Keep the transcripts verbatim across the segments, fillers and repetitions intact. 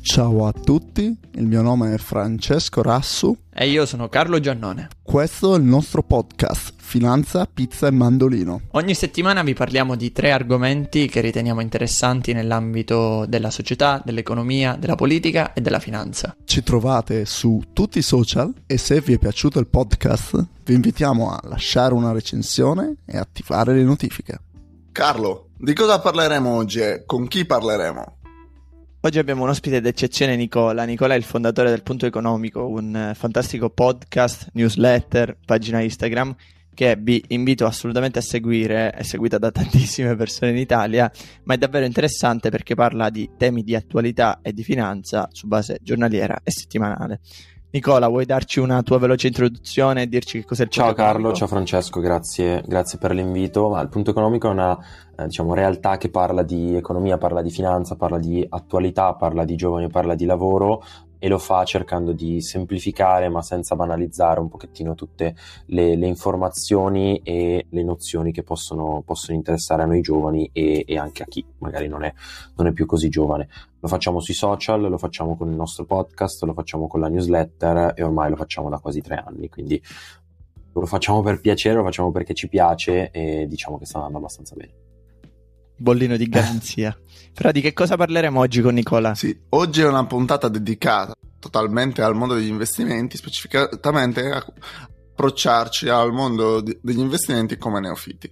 Ciao a tutti, il mio nome è Francesco Rassu e io sono Carlo Giannone. Questo è il nostro podcast Finanza, Pizza e Mandolino. Ogni settimana vi parliamo di tre argomenti che riteniamo interessanti nell'ambito della società, dell'economia, della politica e della finanza. Ci trovate su tutti i social e se vi è piaciuto il podcast vi invitiamo a lasciare una recensione e attivare le notifiche. Carlo, di cosa parleremo oggi e con chi parleremo? Oggi abbiamo un ospite d'eccezione, Nicola. Nicola è il fondatore del Punto Economico, un fantastico podcast, newsletter, pagina Instagram che vi invito assolutamente a seguire. È seguita da tantissime persone in Italia, ma è davvero interessante perché parla di temi di attualità e di finanza su base giornaliera e settimanale. Nicola, vuoi darci una tua veloce introduzione e dirci che cos'è il Punto Ciao Economico? Carlo, ciao Francesco, grazie, grazie per l'invito. Ma il Punto Economico è una eh, diciamo, realtà che parla di economia, parla di finanza, parla di attualità, parla di giovani, parla di lavoro e lo fa cercando di semplificare ma senza banalizzare un pochettino tutte le, le informazioni e le nozioni che possono, possono interessare a noi giovani e, e anche a chi magari non è, non è più così giovane. Lo facciamo sui social, lo facciamo con il nostro podcast, lo facciamo con la newsletter e ormai lo facciamo da quasi tre anni, quindi lo facciamo per piacere, lo facciamo perché ci piace e diciamo che sta andando abbastanza bene. Bollino di garanzia. Però di che cosa parleremo oggi con Nicola? Sì, oggi è una puntata dedicata totalmente al mondo degli investimenti, specificatamente a approcciarci al mondo di, degli investimenti come neofiti.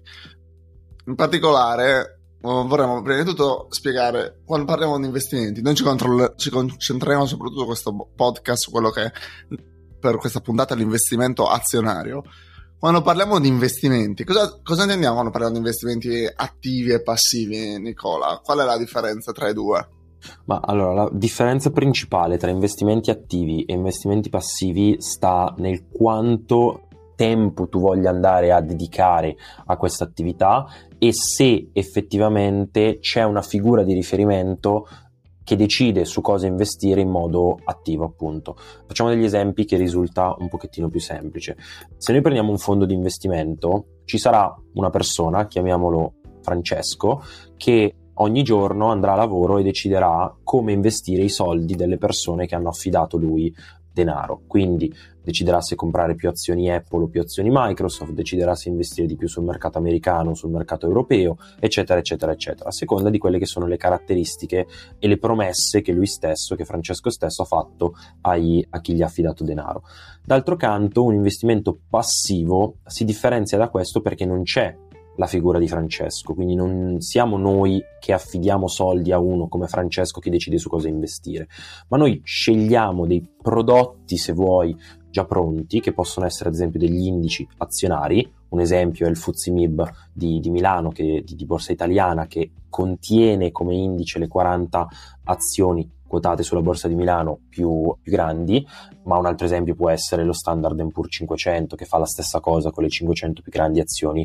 In particolare vorremmo prima di tutto spiegare, quando parliamo di investimenti, noi ci, controll- ci concentreremo soprattutto questo podcast su quello che è per questa puntata l'investimento azionario. Quando parliamo di investimenti, cosa, cosa intendiamo quando parliamo di investimenti attivi e passivi, Nicola? Qual è la differenza tra i due? Ma allora, la differenza principale tra investimenti attivi e investimenti passivi sta nel quanto tempo tu voglia andare a dedicare a questa attività e se effettivamente c'è una figura di riferimento che decide su cosa investire in modo attivo, appunto. Facciamo degli esempi che risulta un pochettino più semplice. Se noi prendiamo un fondo di investimento, ci sarà una persona, chiamiamolo Francesco, che ogni giorno andrà a lavoro e deciderà come investire i soldi delle persone che hanno affidato lui denaro. Quindi deciderà se comprare più azioni Apple o più azioni Microsoft, deciderà se investire di più sul mercato americano o sul mercato europeo, eccetera eccetera eccetera, a seconda di quelle che sono le caratteristiche e le promesse che lui stesso, che Francesco stesso ha fatto ai, a chi gli ha affidato denaro. D'altro canto, un investimento passivo si differenzia da questo perché non c'è la figura di Francesco, quindi non siamo noi che affidiamo soldi a uno come Francesco che decide su cosa investire, ma noi scegliamo dei prodotti, se vuoi, già pronti, che possono essere ad esempio degli indici azionari. Un esempio è il F T S E M I B di, di Milano, che, di, di Borsa Italiana, che contiene come indice le quaranta azioni quotate sulla Borsa di Milano più, più grandi, ma un altro esempio può essere lo Standard and Poor's cinquecento, che fa la stessa cosa con le cinquecento più grandi azioni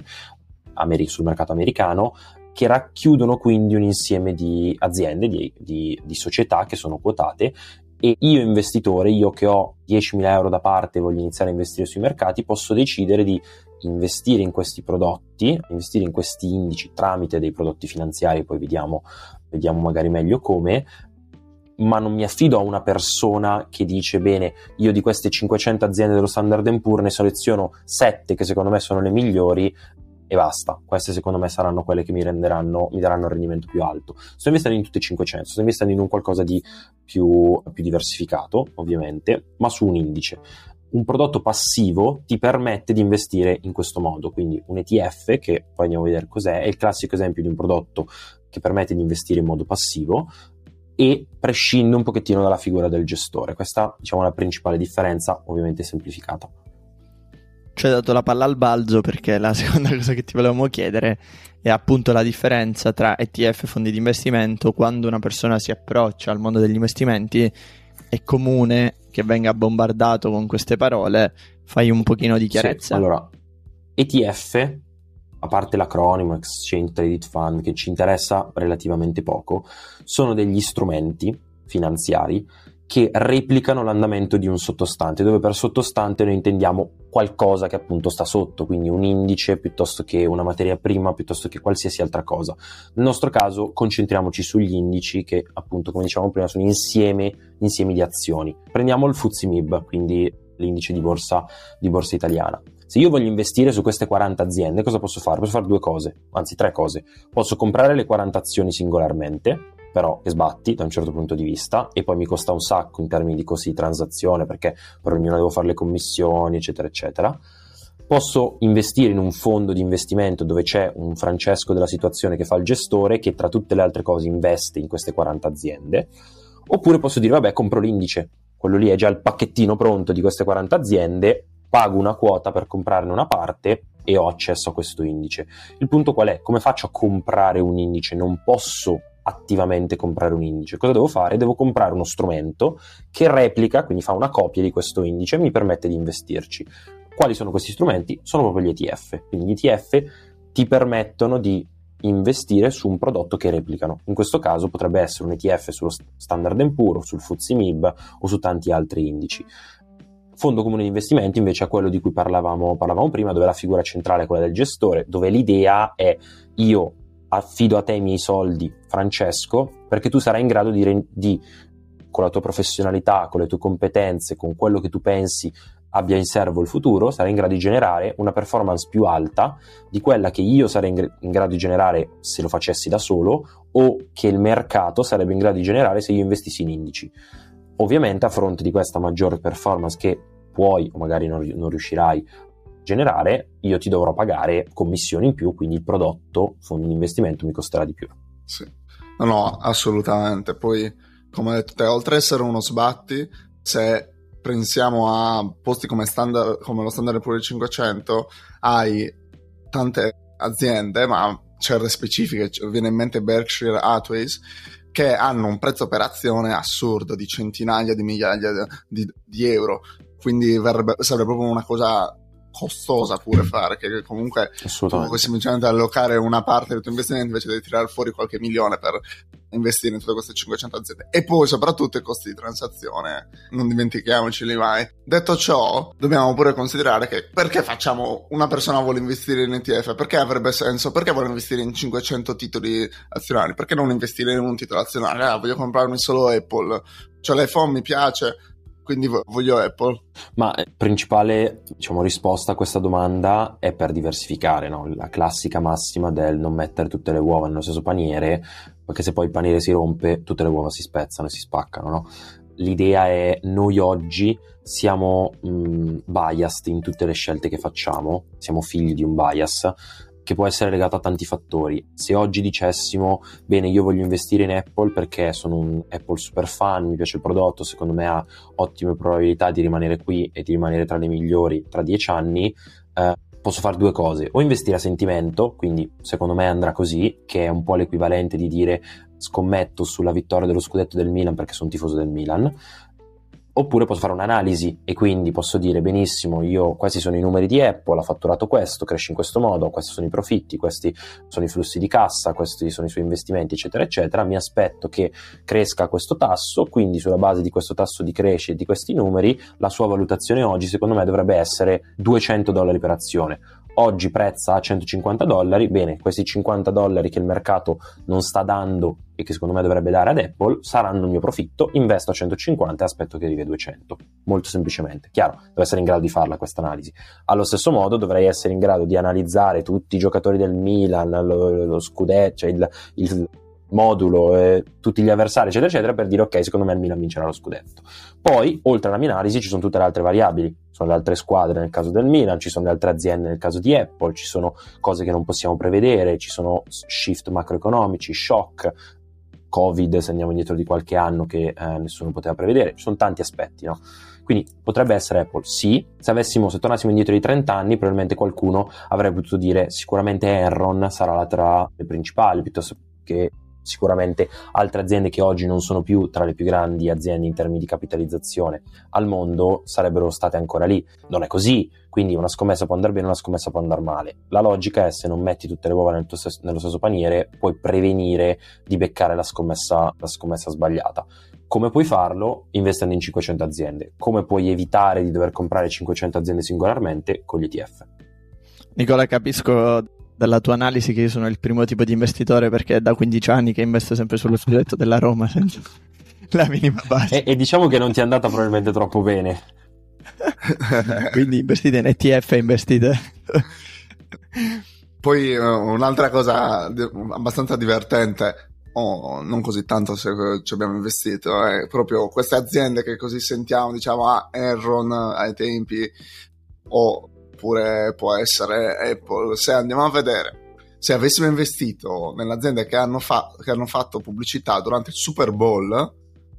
sul mercato americano, che racchiudono quindi un insieme di aziende, di, di, di società che sono quotate, e io investitore, io che ho diecimila euro da parte e voglio iniziare a investire sui mercati, posso decidere di investire in questi prodotti, investire in questi indici tramite dei prodotti finanziari, poi vediamo, vediamo magari meglio come, ma non mi affido a una persona che dice bene, io di queste cinquecento aziende dello Standard and Poor's ne seleziono sette che secondo me sono le migliori e basta. Queste secondo me saranno quelle che mi renderanno, mi daranno un rendimento più alto. Sto investendo in tutte e cinquecento, sto investendo in un qualcosa di più, più diversificato, ovviamente, ma su un indice. Un prodotto passivo ti permette di investire in questo modo, quindi un E T F, che poi andiamo a vedere cos'è, è il classico esempio di un prodotto che permette di investire in modo passivo e prescinde un pochettino dalla figura del gestore. Questa, diciamo, è la principale differenza, ovviamente semplificata. Ci hai dato la palla al balzo, perché la seconda cosa che ti volevamo chiedere è appunto la differenza tra E T F e fondi di investimento. Quando una persona si approccia al mondo degli investimenti è comune che venga bombardato con queste parole. Fai un pochino di chiarezza. Sì, allora, E T F, a parte l'acronimo Exchange Traded Fund, che ci interessa relativamente poco, sono degli strumenti finanziari che replicano l'andamento di un sottostante, dove per sottostante noi intendiamo qualcosa che appunto sta sotto, quindi un indice piuttosto che una materia prima, piuttosto che qualsiasi altra cosa. Nel nostro caso concentriamoci sugli indici che appunto, come dicevamo prima, sono insieme, insiemi di azioni. Prendiamo il F T S E M I B, quindi l'indice di borsa, di borsa italiana. Se io voglio investire su queste quaranta aziende, cosa posso fare? Posso fare due cose, anzi tre cose. Posso comprare le quaranta azioni singolarmente, però che sbatti da un certo punto di vista, e poi mi costa un sacco in termini di costi di transazione, perché per ognuno devo fare le commissioni, eccetera, eccetera. Posso investire in un fondo di investimento dove c'è un Francesco della situazione che fa il gestore, che tra tutte le altre cose investe in queste quaranta aziende. Oppure posso dire, vabbè, compro l'indice, quello lì è già il pacchettino pronto di queste quaranta aziende, pago una quota per comprarne una parte e ho accesso a questo indice. Il punto qual è? Come faccio a comprare un indice? Non posso attivamente comprare un indice. Cosa devo fare? Devo comprare uno strumento che replica, quindi fa una copia di questo indice e mi permette di investirci. Quali sono questi strumenti? Sono proprio gli E T F. Quindi gli E T F ti permettono di investire su un prodotto che replicano. In questo caso potrebbe essere un E T F sullo Standard and Poor's, sul F T S E M I B o su tanti altri indici. Fondo comune di investimento invece è quello di cui parlavamo, parlavamo prima, dove la figura centrale è quella del gestore, dove l'idea è: io affido a te i miei soldi, Francesco, perché tu sarai in grado di, di, con la tua professionalità, con le tue competenze, con quello che tu pensi abbia in serbo il futuro, sarai in grado di generare una performance più alta di quella che io sarei in, in grado di generare se lo facessi da solo, o che il mercato sarebbe in grado di generare se io investissi in indici. Ovviamente a fronte di questa maggiore performance che puoi o magari non, non riuscirai generare, io ti dovrò pagare commissioni in più, quindi il prodotto fondo di investimento mi costerà di più. Sì, no, no, assolutamente. Poi, come hai detto te, oltre ad essere uno sbatti, se pensiamo a posti come, standard, come lo Standard and Poor's cinquecento, hai tante aziende, ma certe specifiche, viene in mente Berkshire Hathaway, che hanno un prezzo per azione assurdo di centinaia di migliaia di, di, di euro, quindi verrebbe, sarebbe proprio una cosa costosa pure fare, che comunque tu puoi semplicemente allocare una parte del tuo investimento invece di tirare fuori qualche milione per investire in tutte queste cinquecento aziende. E poi soprattutto i costi di transazione, non dimentichiamoceli mai. Detto ciò, dobbiamo pure considerare che perché facciamo, una persona vuole investire in E T F, perché avrebbe senso, perché vuole investire in cinquecento titoli azionari, perché non investire in un titolo azionario? Ah, voglio comprarmi solo Apple, cioè l'iPhone mi piace, quindi voglio Apple. Ma la principale, diciamo, risposta a questa domanda è per diversificare, no? La classica massima del non mettere tutte le uova nello stesso paniere, perché se poi il paniere si rompe tutte le uova si spezzano e si spaccano, no? L'idea è: noi oggi siamo mh, biased in tutte le scelte che facciamo, siamo figli di un bias che può essere legato a tanti fattori. Se oggi dicessimo, bene, io voglio investire in Apple perché sono un Apple super fan, mi piace il prodotto, secondo me ha ottime probabilità di rimanere qui e di rimanere tra le migliori tra dieci anni, eh, posso fare due cose: o investire a sentimento, quindi secondo me andrà così, che è un po' l'equivalente di dire scommetto sulla vittoria dello scudetto del Milan perché sono tifoso del Milan. Oppure posso fare un'analisi e quindi posso dire: benissimo, io questi sono i numeri di Apple, ha fatturato questo, cresce in questo modo, questi sono i profitti, questi sono i flussi di cassa, questi sono i suoi investimenti, eccetera eccetera, mi aspetto che cresca a questo tasso, quindi sulla base di questo tasso di crescita e di questi numeri la sua valutazione oggi secondo me dovrebbe essere duecento dollari per azione. Oggi prezza a centocinquanta dollari, bene, questi cinquanta dollari che il mercato non sta dando e che secondo me dovrebbe dare ad Apple saranno il mio profitto, investo a centocinquanta e aspetto che arrivi a duecento. Molto semplicemente. Chiaro, devo essere in grado di farla questa analisi. Allo stesso modo dovrei essere in grado di analizzare tutti i giocatori del Milan, lo, lo scudetto, cioè il, il modulo, eh, tutti gli avversari, eccetera eccetera, per dire: ok, secondo me il Milan vincerà lo scudetto. Poi, oltre alla mia analisi, ci sono tutte le altre variabili, sono le altre squadre nel caso del Milan, ci sono le altre aziende nel caso di Apple, ci sono cose che non possiamo prevedere, ci sono shift macroeconomici, shock, Covid se andiamo indietro di qualche anno che eh, nessuno poteva prevedere, ci sono tanti aspetti, no? Quindi potrebbe essere Apple, sì. Se avessimo, se tornassimo indietro di trenta anni, probabilmente qualcuno avrebbe potuto dire sicuramente Enron sarà la tra le principali, piuttosto che sicuramente altre aziende che oggi non sono più tra le più grandi aziende in termini di capitalizzazione al mondo sarebbero state ancora lì. Non è così, quindi una scommessa può andare bene, una scommessa può andare male. La logica è: se non metti tutte le uova nel tuo stesso, nello stesso paniere, puoi prevenire di beccare la scommessa, la scommessa sbagliata. Come puoi farlo? Investendo in cinquecento aziende. Come puoi evitare di dover comprare cinquecento aziende singolarmente? Con gli E T F. Nicola, capisco dalla tua analisi che io sono il primo tipo di investitore, perché è da quindici anni che investo sempre sullo scudetto della Roma senza la minima base. E, e diciamo che non ti è andata probabilmente troppo bene. Quindi investite in E T F e investite. Poi uh, un'altra cosa di- abbastanza divertente, o non così tanto se ci abbiamo investito, è proprio queste aziende che così sentiamo, diciamo, ah, Enron ai tempi, oppure può essere Apple. Se andiamo a vedere, se avessimo investito nelle aziende che hanno, fa- che hanno fatto pubblicità durante il Super Bowl,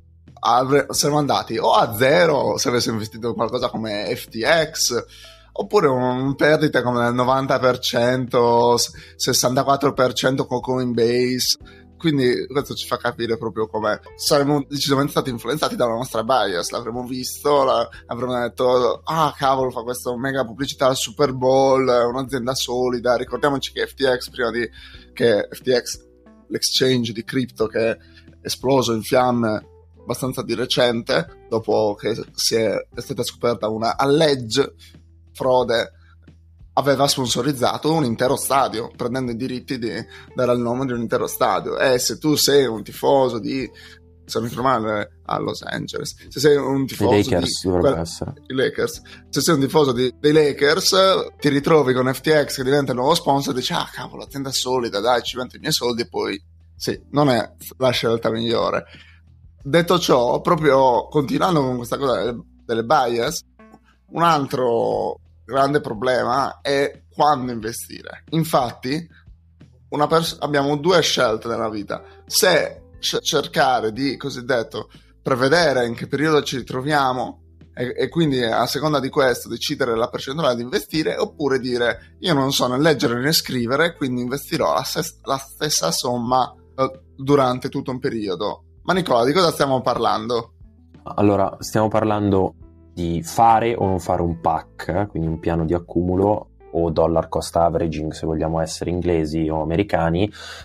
avre- saremmo andati o a zero se avessimo investito in qualcosa come F T X, oppure un perdite come il novanta per cento, sessantaquattro per cento con Coinbase. Quindi questo ci fa capire proprio come saremmo decisamente stati influenzati dalla nostra bias. L'avremmo visto, la, avremmo detto, ah cavolo, fa questa mega pubblicità al Super Bowl, è un'azienda solida. Ricordiamoci che F T X, prima di che F T X, l'exchange di cripto che è esploso in fiamme abbastanza di recente, dopo che si è, è stata scoperta una alleged frode, aveva sponsorizzato un intero stadio, prendendo i diritti di dare il nome di un intero stadio. E se tu sei un tifoso di, se non ricordo male, a Los Angeles, se sei un tifoso I Lakers, di dovrebbe quel, essere. i Lakers, se sei un tifoso di, dei Lakers, ti ritrovi con F T X che diventa il nuovo sponsor e dici, ah cavolo, l'azienda è solida, dai, ci metto i miei soldi, e poi sì, non è la scelta migliore. Detto ciò, proprio continuando con questa cosa delle, delle bias, un altro grande problema è quando investire. Infatti, una pers- abbiamo due scelte nella vita: se c- cercare di, cosiddetto, prevedere in che periodo ci ritroviamo e, e quindi a seconda di questo decidere la percentuale di investire, oppure dire io non so né leggere né scrivere, quindi investirò la, ses- la stessa somma eh, durante tutto un periodo. Ma Nicola, di cosa stiamo parlando? Allora, stiamo parlando di fare o non fare un P A C, eh? Quindi un piano di accumulo, o dollar cost averaging se vogliamo essere inglesi o americani.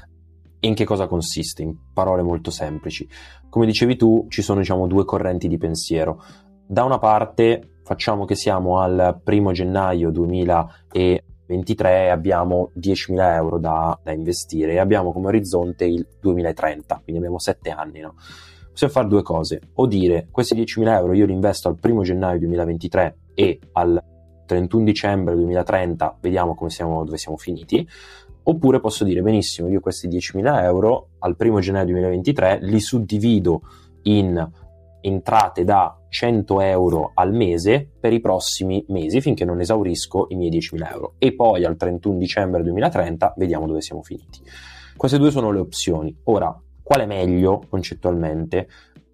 E in che cosa consiste? In parole molto semplici. Come dicevi tu, ci sono, diciamo, due correnti di pensiero. Da una parte, facciamo che siamo al primo gennaio duemilaventitré e abbiamo diecimila euro da, da investire e abbiamo come orizzonte il duemilatrenta, quindi abbiamo sette anni, no? Possiamo fare due cose: o dire questi diecimila euro io li investo al primo gennaio duemilaventitré e al trentuno dicembre duemilatrenta vediamo come siamo, dove siamo finiti, oppure posso dire benissimo, io questi diecimila euro al primo gennaio duemilaventitré li suddivido in entrate da cento euro al mese per i prossimi mesi finché non esaurisco i miei diecimila euro, e poi al trentuno dicembre duemilatrenta vediamo dove siamo finiti. Queste due sono le opzioni. Ora, qual è meglio concettualmente?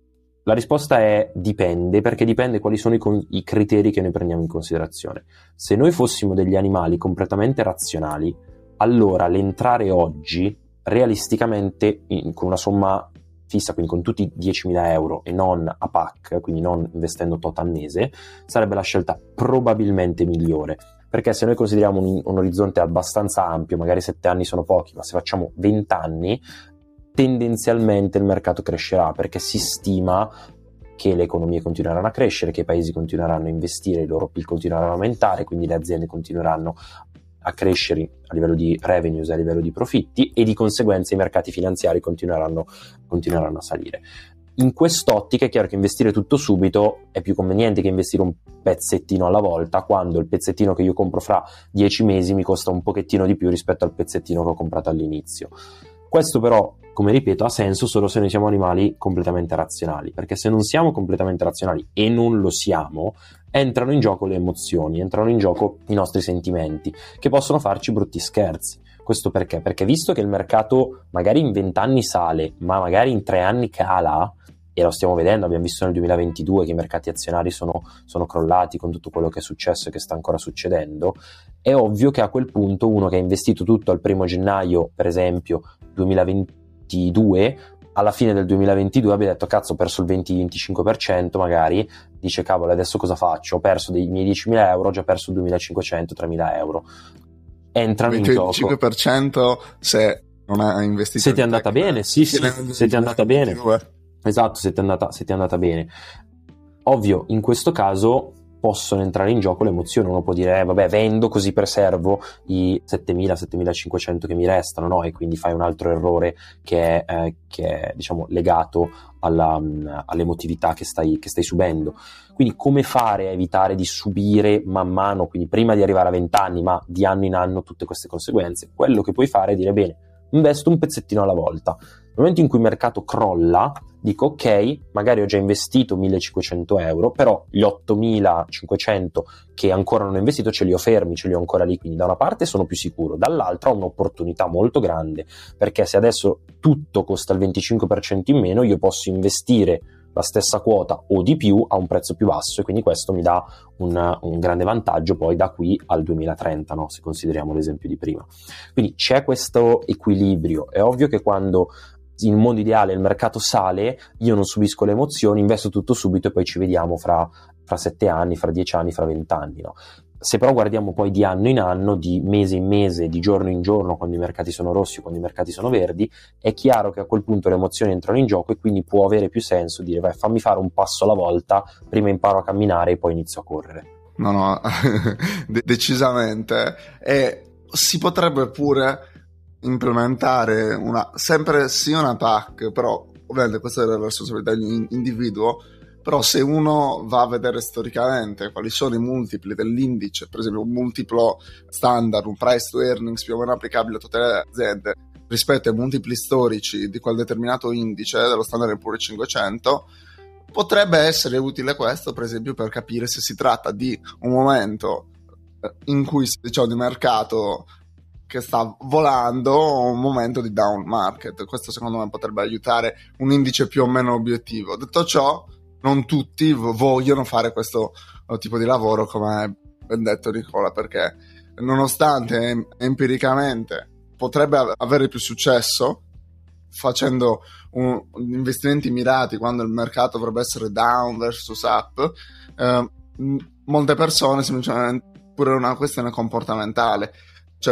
La risposta è dipende, perché dipende quali sono i, con- i criteri che noi prendiamo in considerazione. Se noi fossimo degli animali completamente razionali, allora l'entrare oggi realisticamente in, con una somma fissa, quindi con tutti diecimila euro e non a P A C, quindi non investendo tot al mese, sarebbe la scelta probabilmente migliore. Perché se noi consideriamo un, un orizzonte abbastanza ampio, magari sette anni sono pochi, ma se facciamo venti anni, tendenzialmente il mercato crescerà, perché si stima che le economie continueranno a crescere, che i paesi continueranno a investire, i loro P I L continueranno a aumentare, quindi le aziende continueranno a crescere a livello di revenues, a livello di profitti, e di conseguenza i mercati finanziari continueranno, continueranno a salire. In quest'ottica è chiaro che investire tutto subito è più conveniente che investire un pezzettino alla volta, quando il pezzettino che io compro fra dieci mesi mi costa un pochettino di più rispetto al pezzettino che ho comprato all'inizio. Questo però, come ripeto, ha senso solo se noi siamo animali completamente razionali, perché se non siamo completamente razionali, e non lo siamo, entrano in gioco le emozioni, entrano in gioco i nostri sentimenti, che possono farci brutti scherzi. Questo perché? Perché visto che il mercato magari in vent'anni sale, ma magari in tre anni cala, e lo stiamo vedendo, abbiamo visto nel duemilaventidue che i mercati azionari sono, sono crollati con tutto quello che è successo e che sta ancora succedendo, è ovvio che a quel punto uno che ha investito tutto al primo gennaio, per esempio, duemilaventidue, alla fine del duemilaventidue abbia detto cazzo, ho perso il venti venticinque per cento, magari dice cavolo, adesso cosa faccio? Ho perso dei miei diecimila euro, ho già perso duemilacinquecento tremila euro. Entrano in gioco. venticinque per cento se non hai investito. Se ti è andata bene, sì, sì, se ti è andata bene. Esatto, se ti è andata, se ti è andata bene. Ovvio, in questo caso possono entrare in gioco le emozioni. Uno può dire, eh, vabbè, vendo così preservo i settemila settemilacinquecento che mi restano, no? E quindi fai un altro errore che è, eh, che è diciamo, legato alla, all'emotività che stai, che stai subendo. Quindi come fare a evitare di subire man mano, quindi prima di arrivare a venti anni, ma di anno in anno, tutte queste conseguenze? Quello che puoi fare è dire, bene, investo un pezzettino alla volta. Nel momento in cui il mercato crolla, dico ok, magari ho già investito millecinquecento euro, però gli ottomilacinquecento che ancora non ho investito ce li ho fermi, ce li ho ancora lì, quindi da una parte sono più sicuro, dall'altra ho un'opportunità molto grande, perché se adesso tutto costa il venticinque per cento in meno, io posso investire la stessa quota o di più a un prezzo più basso, e quindi questo mi dà un, un grande vantaggio poi da qui al duemilatrenta, no? Se consideriamo l'esempio di prima. Quindi c'è questo equilibrio. È ovvio che quando in un mondo ideale il mercato sale, io non subisco le emozioni, investo tutto subito e poi ci vediamo fra, fra sette anni, fra dieci anni, fra venti anni, no? Se però guardiamo poi di anno in anno, di mese in mese, di giorno in giorno, quando i mercati sono rossi o quando i mercati sono verdi, è chiaro che a quel punto le emozioni entrano in gioco, e quindi può avere più senso dire, vai, fammi fare un passo alla volta, prima imparo a camminare e poi inizio a correre. No, no, De- decisamente. E si potrebbe pure implementare una, sempre sì una P A C, però ovviamente questa è la responsabilità dell'individuo. Però se uno va a vedere storicamente quali sono i multipli dell'indice, per esempio un multiplo standard, un price to earnings più o meno applicabile a tutte le aziende rispetto ai multipli storici di quel determinato indice, dello standard and Poor's cinquecento, potrebbe essere utile questo, per esempio, per capire se si tratta di un momento in cui diciamo di mercato che sta volando o un momento di down market. Questo secondo me potrebbe aiutare un indice più o meno obiettivo. Detto ciò, non tutti vogliono fare questo tipo di lavoro, come ha ben detto Nicola, perché nonostante empiricamente potrebbe avere più successo facendo un, investimenti mirati quando il mercato dovrebbe essere down versus up, eh, molte persone semplicemente pure una questione comportamentale, cioè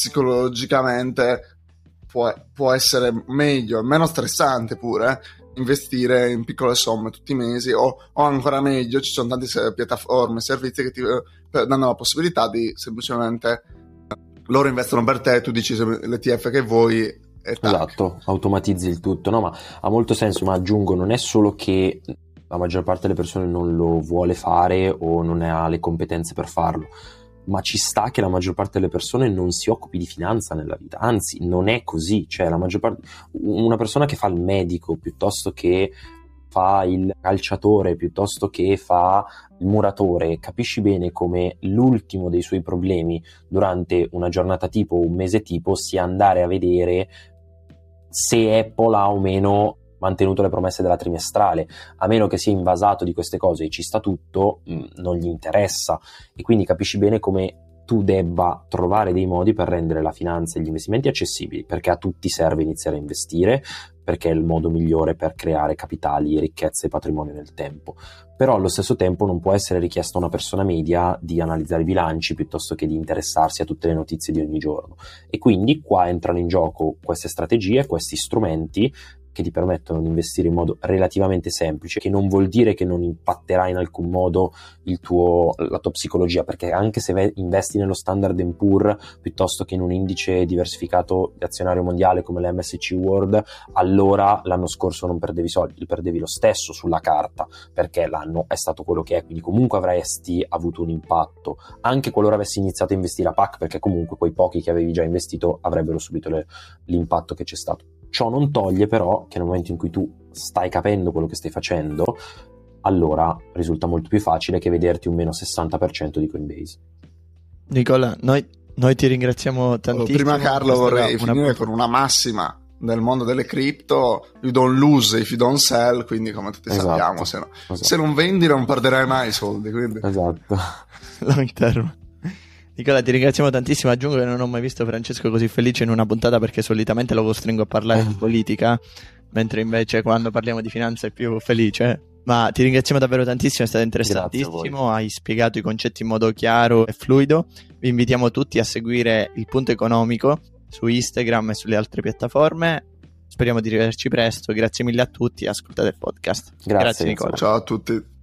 psicologicamente può, può essere meglio, meno stressante pure investire in piccole somme tutti i mesi, o, o ancora meglio ci sono tante piattaforme, servizi che ti eh, danno la possibilità di semplicemente loro investono per te, tu dici l'E T F che vuoi e tac. Esatto, automatizzi il tutto, no? Ma ha molto senso, ma aggiungo, non è solo che la maggior parte delle persone non lo vuole fare o non ha le competenze per farlo, ma ci sta che la maggior parte delle persone non si occupi di finanza nella vita, anzi non è così, cioè la maggior parte, una persona che fa il medico piuttosto che fa il calciatore, piuttosto che fa il muratore, capisci bene come l'ultimo dei suoi problemi durante una giornata tipo o un mese tipo sia andare a vedere se Apple ha o meno mantenuto le promesse della trimestrale, a meno che sia invasato di queste cose e ci sta tutto, mh, non gli interessa, e quindi capisci bene come tu debba trovare dei modi per rendere la finanza e gli investimenti accessibili, perché a tutti serve iniziare a investire, perché è il modo migliore per creare capitali, ricchezze e patrimonio nel tempo. Però allo stesso tempo non può essere richiesto a una persona media di analizzare i bilanci piuttosto che di interessarsi a tutte le notizie di ogni giorno, e quindi qua entrano in gioco queste strategie, questi strumenti che ti permettono di investire in modo relativamente semplice, che non vuol dire che non impatterà in alcun modo il tuo, la tua psicologia, perché anche se investi nello Standard and Poor's piuttosto che in un indice diversificato di azionario mondiale come l'M S C World, allora l'anno scorso non perdevi soldi, li perdevi lo stesso sulla carta, perché l'anno è stato quello che è, quindi comunque avresti avuto un impatto, anche qualora avessi iniziato a investire a P A C, perché comunque quei pochi che avevi già investito avrebbero subito le, l'impatto che c'è stato. Ciò non toglie però che nel momento in cui tu stai capendo quello che stai facendo, allora risulta molto più facile che vederti un meno sessanta per cento di Coinbase. Nicola, noi, noi ti ringraziamo tantissimo. Prima Carlo vorrei una... finire con una massima del mondo delle cripto: you don't lose if you don't sell, quindi come tutti esatto, sappiamo, se, no, esatto. se non vendi non perderai mai i soldi, quindi. Esatto. Long term. Nicola, ti ringraziamo tantissimo. Aggiungo che non ho mai visto Francesco così felice in una puntata, perché solitamente lo costringo a parlare di politica, mentre invece quando parliamo di finanza è più felice. Ma ti ringraziamo davvero tantissimo, è stato interessantissimo, hai spiegato i concetti in modo chiaro e fluido. Vi invitiamo tutti a seguire Il Punto Economico su Instagram e sulle altre piattaforme. Speriamo di rivederci presto. Grazie mille a tutti, ascoltate il podcast. Grazie, Grazie Nicola. Ciao a tutti.